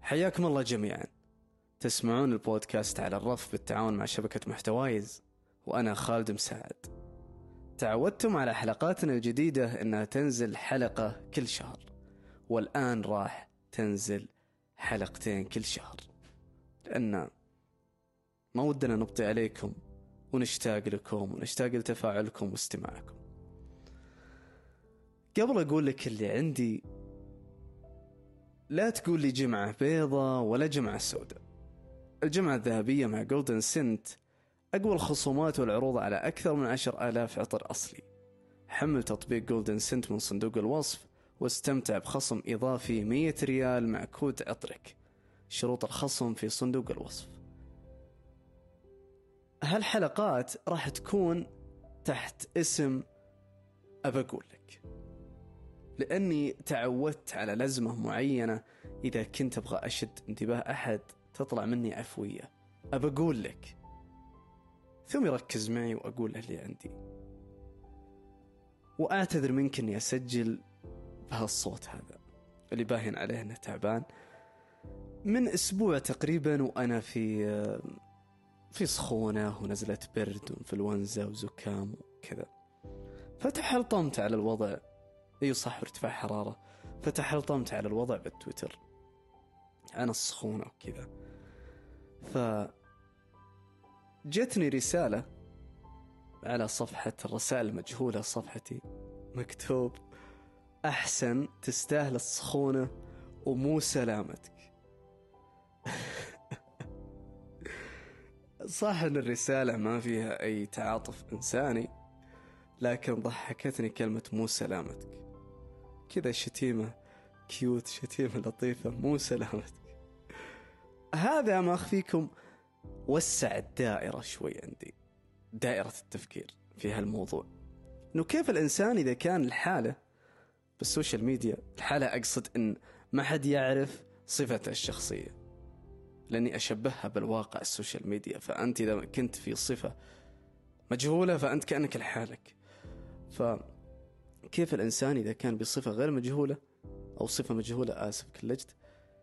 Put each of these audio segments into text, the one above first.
حياكم الله جميعا. تسمعون البودكاست على الرف بالتعاون مع شبكة محتوايز، وأنا خالد مساعد. تعودتم على حلقاتنا الجديدة إنها تنزل حلقة كل شهر، والآن راح تنزل حلقتين كل شهر، لأن ما ودنا نبطي عليكم ونشتاق لكم ونشتاق لتفاعلكم واستماعكم. قبل أقول لك اللي عندي، لا تقول لي جمعة بيضة ولا جمعة سوداء. الجمعة الذهبية مع جولدن سنت أقوى الخصومات والعروض على أكثر من 10,000 عطر أصلي. حمل تطبيق جولدن سنت من صندوق الوصف واستمتع بخصم إضافي 100 ريال مع كود عطرك. شروط الخصم في صندوق الوصف. هالحلقات راح تكون تحت اسم أبقول لك، لأني تعودت على لزمة معينة. إذا كنت أبغى أشد انتباه أحد تطلع مني عفوية، أبقول لك، ثم يركز معي وأقول له اللي عندي. وأعتذر منك أني أسجل بهالصوت هذا اللي باين عليه أنه تعبان. من أسبوع تقريبا وأنا في سخونة ونزلة برد وانفلونزا وزكام وكذا، فتحلطمت على الوضع. صح، ارتفاع حرارة. فتحلطمت على الوضع بالتويتر عن السخونة وكذا. فجتني رسالة على صفحة الرسائل المجهولة، صفحتي، مكتوب: أحسن، تستاهل السخونة ومو سلامتك. صح أن الرسالة ما فيها أي تعاطف إنساني، لكن ضحكتني كلمة مو سلامتك. كذا شتيمة كيوت، شتيمة لطيفة، مو سلامتك. هذا ما أخفيكم وسع الدائرة شوي عندي، دائرة التفكير في هالموضوع، إنه كيف الإنسان إذا كان الحالة بالسوشيال ميديا، الحالة أقصد إن ما حد يعرف صفته الشخصية، لأني أشبهها بالواقع السوشيال ميديا. فأنت إذا كنت في صفة مجهولة فأنت كأنك لحالك. فكيف الإنسان إذا كان بصفة غير مجهولة أو صفة مجهولة، آسف كلجت،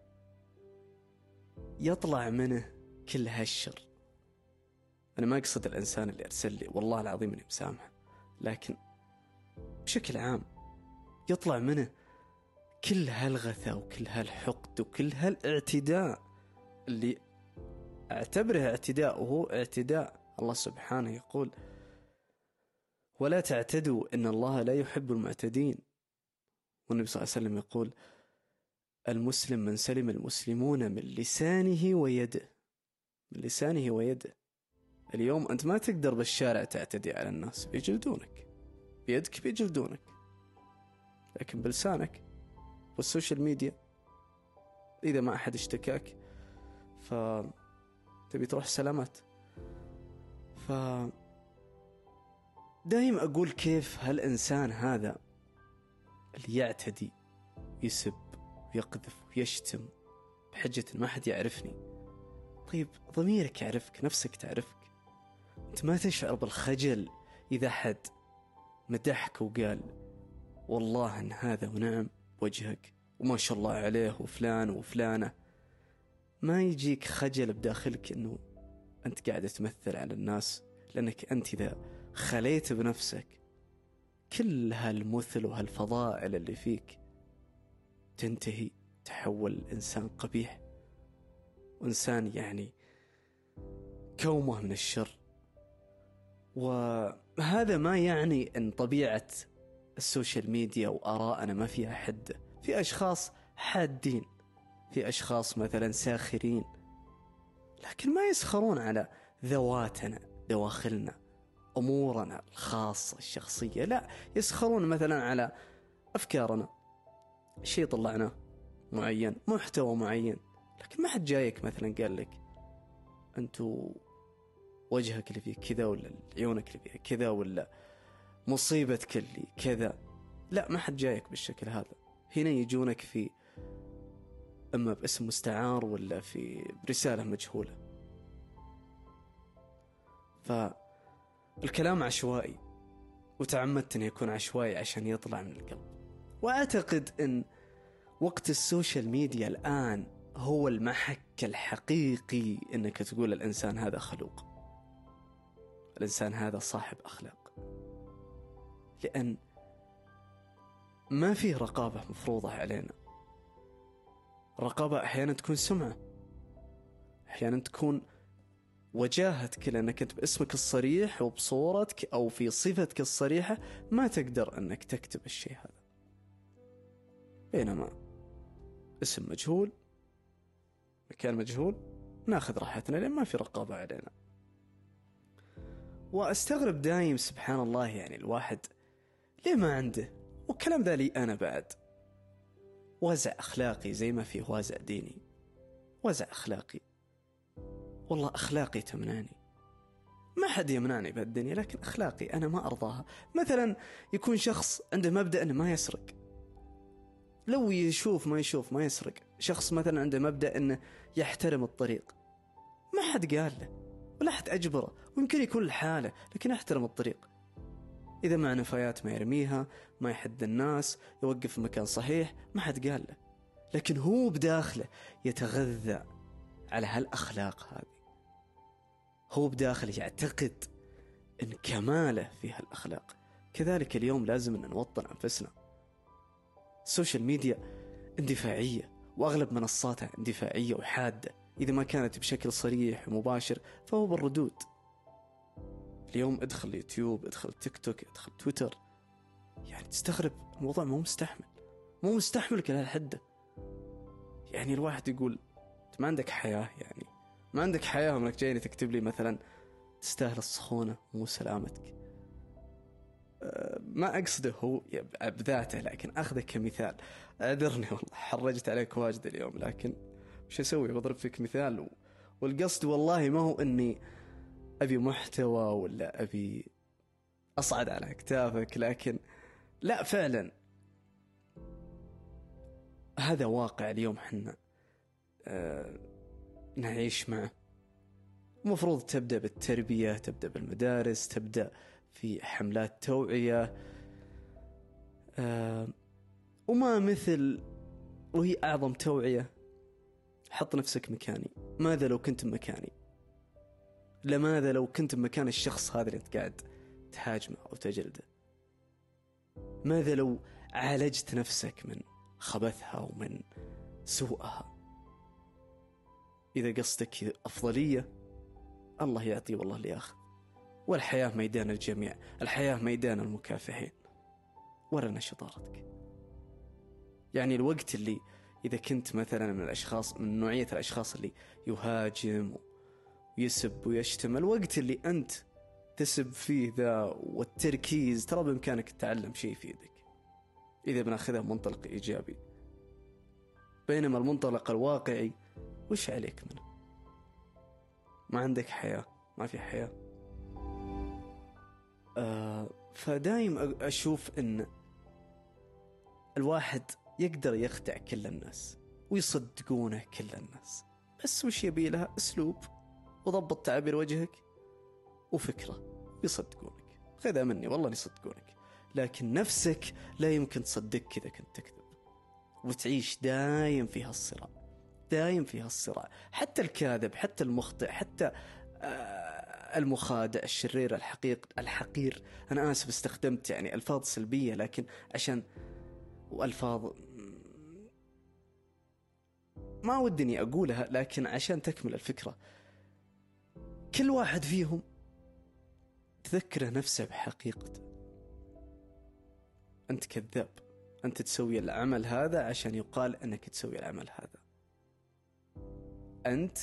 يطلع منه كل هالشر. أنا ما أقصد الإنسان اللي أرسل لي، والله العظيم أني مسامحه، لكن بشكل عام يطلع منه كل هالغثة وكل هالحقد وكل هالاعتداء اللي أعتبره اعتداء، وهو اعتداء. الله سبحانه يقول: ولا تعتدوا إن الله لا يحب المعتدين. والنبي صلى الله عليه وسلم يقول: المسلم من سلم المسلمون من لسانه ويده. من لسانه ويده. اليوم أنت ما تقدر بالشارع تعتدي على الناس، بيجلدونك، بيدك بيجلدونك، لكن بلسانك والسوشيال ميديا إذا ما أحد اشتكاك فتبي تروح سلامات. دايم أقول كيف هالإنسان هذا اللي يعتدي، يسب ويقذف ويشتم بحجة ما حد يعرفني. طيب ضميرك يعرفك، نفسك تعرفك. أنت ما تشعر بالخجل إذا حد مدحك وقال والله أن هذا ونعم وجهك وما شاء الله عليه وفلان وفلانة؟ ما يجيك خجل بداخلك أنه أنت قاعد تمثل على الناس؟ لأنك أنت إذا خليت بنفسك كل هالمثل وهالفضائل اللي فيك تنتهي، تحول إنسان قبيح وإنسان يعني كومه من الشر. وهذا ما يعني أن طبيعة السوشيال ميديا وآراءنا ما فيها حدة. في أشخاص حادين، في أشخاص مثلا ساخرين، لكن ما يسخرون على ذواتنا، دواخلنا، أمورنا الخاصة الشخصية. لا، يسخرون مثلا على أفكارنا، شيء طلعناه معين، محتوى معين، لكن ما حد جايك مثلا قال لك أنتو وجهك اللي فيه كذا، ولا عيونك اللي فيها كذا، ولا مصيبتك اللي كذا. لا، ما حد جايك بالشكل هذا. هنا يجونك في إما باسم مستعار ولا في برسالة مجهولة. فالكلام عشوائي، وتعمدت أن يكون عشوائي عشان يطلع من القلب. وأعتقد أن وقت السوشيال ميديا الآن هو المحك الحقيقي انك تقول الانسان هذا خلوق، الانسان هذا صاحب اخلاق. لان ما فيه رقابة مفروضة علينا. الرقابة احيانا تكون سمعة، احيانا تكون وجاهتك، لانك انت باسمك الصريح وبصورتك او في صفتك الصريحة ما تقدر انك تكتب الشيء هذا. بينما اسم مجهول، مكان مجهول، ناخذ راحتنا لان ما في رقابة علينا. واستغرب دايم سبحان الله، يعني الواحد ليه ما عنده، والكلام ذا لي انا بعد، وازع اخلاقي زي ما فيه وازع ديني. وازع اخلاقي، والله اخلاقي تمنعني، ما حد يمنعني بهالدنيا، لكن اخلاقي انا ما ارضاها. مثلا يكون شخص عنده مبدأ انه ما يسرق، لو يشوف ما يشوف ما يسرق. شخص مثلا عنده مبدأ انه يحترم الطريق، ما حد قال له ولا حد اجبره، ويمكن يكون الحالة، لكن احترم الطريق. اذا مع نفايات ما يرميها، ما يحد الناس، يوقف في مكان صحيح، ما حد قال له، لكن هو بداخله يتغذى على هالاخلاق هذه. هو بداخله يعتقد ان كماله في هالاخلاق. كذلك اليوم لازم ان نوطن انفسنا. السوشيال ميديا اندفاعية، واغلب منصاتها اندفاعية وحادة، اذا ما كانت بشكل صريح ومباشر فهو بالردود. اليوم ادخل يوتيوب، ادخل تيك توك، ادخل تويتر، يعني تستغرب الموضوع مو مستحمل كهالحدة. يعني الواحد يقول ما عندك حياة، يعني ما عندك حياة وانك جايني تكتب لي مثلا تستاهل السخونة مو سلامتك. ما أقصده هو بذاته، لكن أخذه كمثال. أعذرني والله حرجت عليك واجد اليوم، لكن وش أسوي، بضرب فيك مثال. والقصد والله ما هو أني أبي محتوى ولا أبي أصعد على أكتافك، لكن لا، فعلا هذا واقع اليوم حنا نعيش معه. مفروض تبدأ بالتربية، تبدأ بالمدارس، تبدأ في حملات توعية. وما مثل، وهي أعظم توعية، حط نفسك مكاني. ماذا لو كنت مكاني؟ لماذا لو كنت مكان الشخص هذا اللي أنت قاعد تهاجمه أو تجلده؟ ماذا لو عالجت نفسك من خبثها ومن سوءها؟ إذا قصدك أفضلية، الله يعطي والله اللي ياخذ، والحياة ميدان الجميع، الحياة ميدان المكافحين. ورنا شطارتك. يعني الوقت اللي إذا كنت مثلا من الأشخاص، من نوعية الأشخاص اللي يهاجم ويسب ويشتم، الوقت اللي أنت تسب فيه ذا والتركيز، ترى بإمكانك تتعلم شيء في يدك إذا بناخذها منطلق إيجابي. بينما المنطلق الواقعي وش عليك منه؟ ما عندك حياة، ما في حياة. فدايم أشوف أن الواحد يقدر يخدع كل الناس ويصدقونه كل الناس، بس وش يبي لها؟ أسلوب وضبط تعابير وجهك وفكرة، يصدقونك. خذها مني والله يصدقونك، لكن نفسك لا يمكن تصدقك إذا كنت تكذب، وتعيش دايم في هالصراع، دايم في هالصراع. حتى الكاذب، حتى المخطئ، حتى المخادع، الشرير، الحقير. أنا آسف استخدمت يعني ألفاظ سلبية، لكن عشان وألفاظ ما ودني أقولها، لكن عشان تكمل الفكرة. كل واحد فيهم تذكره نفسه بحقيقته. أنت كذاب، أنت تسوي العمل هذا عشان يقال أنك تسوي العمل هذا. أنت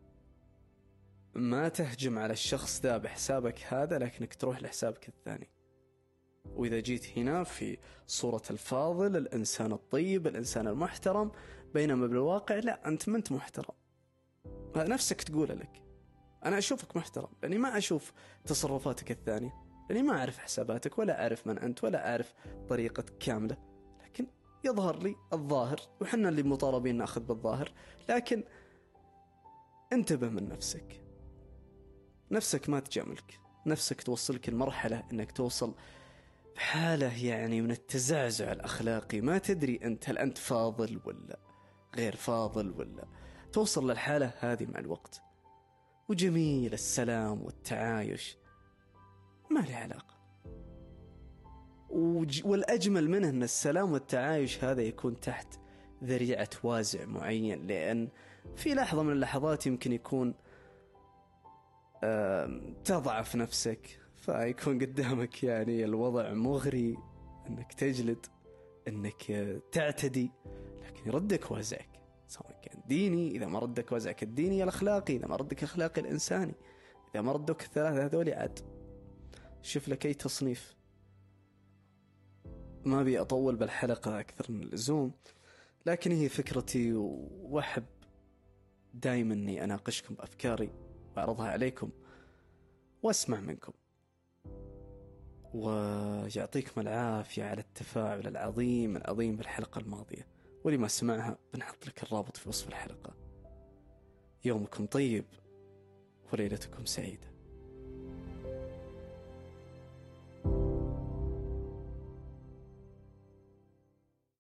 ما تهجم على الشخص ذا بحسابك هذا، لكنك تروح لحسابك الثاني. وإذا جيت هنا في صورة الفاضل، الإنسان الطيب، الإنسان المحترم، بينما بالواقع لا، أنت ما أنت محترم. نفسك تقول لك أنا أشوفك محترم لأني ما أشوف تصرفاتك الثانية، لأني ما أعرف حساباتك ولا أعرف من أنت ولا أعرف طريقتك كاملة، لكن يظهر لي الظاهر، وحنا اللي مطالبين نأخذ بالظاهر. لكن انتبه من نفسك، نفسك ما تجاملك، نفسك توصلك المرحلة أنك توصل بحالة يعني من التزعزع الأخلاقي، ما تدري أنت هل أنت فاضل ولا غير فاضل، ولا توصل للحالة هذه مع الوقت. وجميل السلام والتعايش ما له علاقة. والأجمل منه أن السلام والتعايش هذا يكون تحت ذريعة وازع معين، لأن في لحظة من اللحظات يمكن يكون تضعف نفسك، فيكون قدامك يعني الوضع مغري أنك تجلد، أنك تعتدي، لكن يردك وازعك، سواء كان ديني. إذا ما ردك وازعك الديني الأخلاقي، إذا ما ردك أخلاقي الإنساني، إذا ما ردك الثلاثة هذول عاد شوف لك أي تصنيف. ما بي أطول بالحلقة أكثر من اللزوم، لكن هي فكرتي، وأحب دائما أني أناقشكم بأفكاري وأعرضها عليكم وأسمع منكم. ويعطيكم العافية على التفاعل العظيم بالحلقة الماضية، ولما سمعها بنحط لك الرابط في وصف الحلقة. يومكم طيب وليلتكم سعيدة.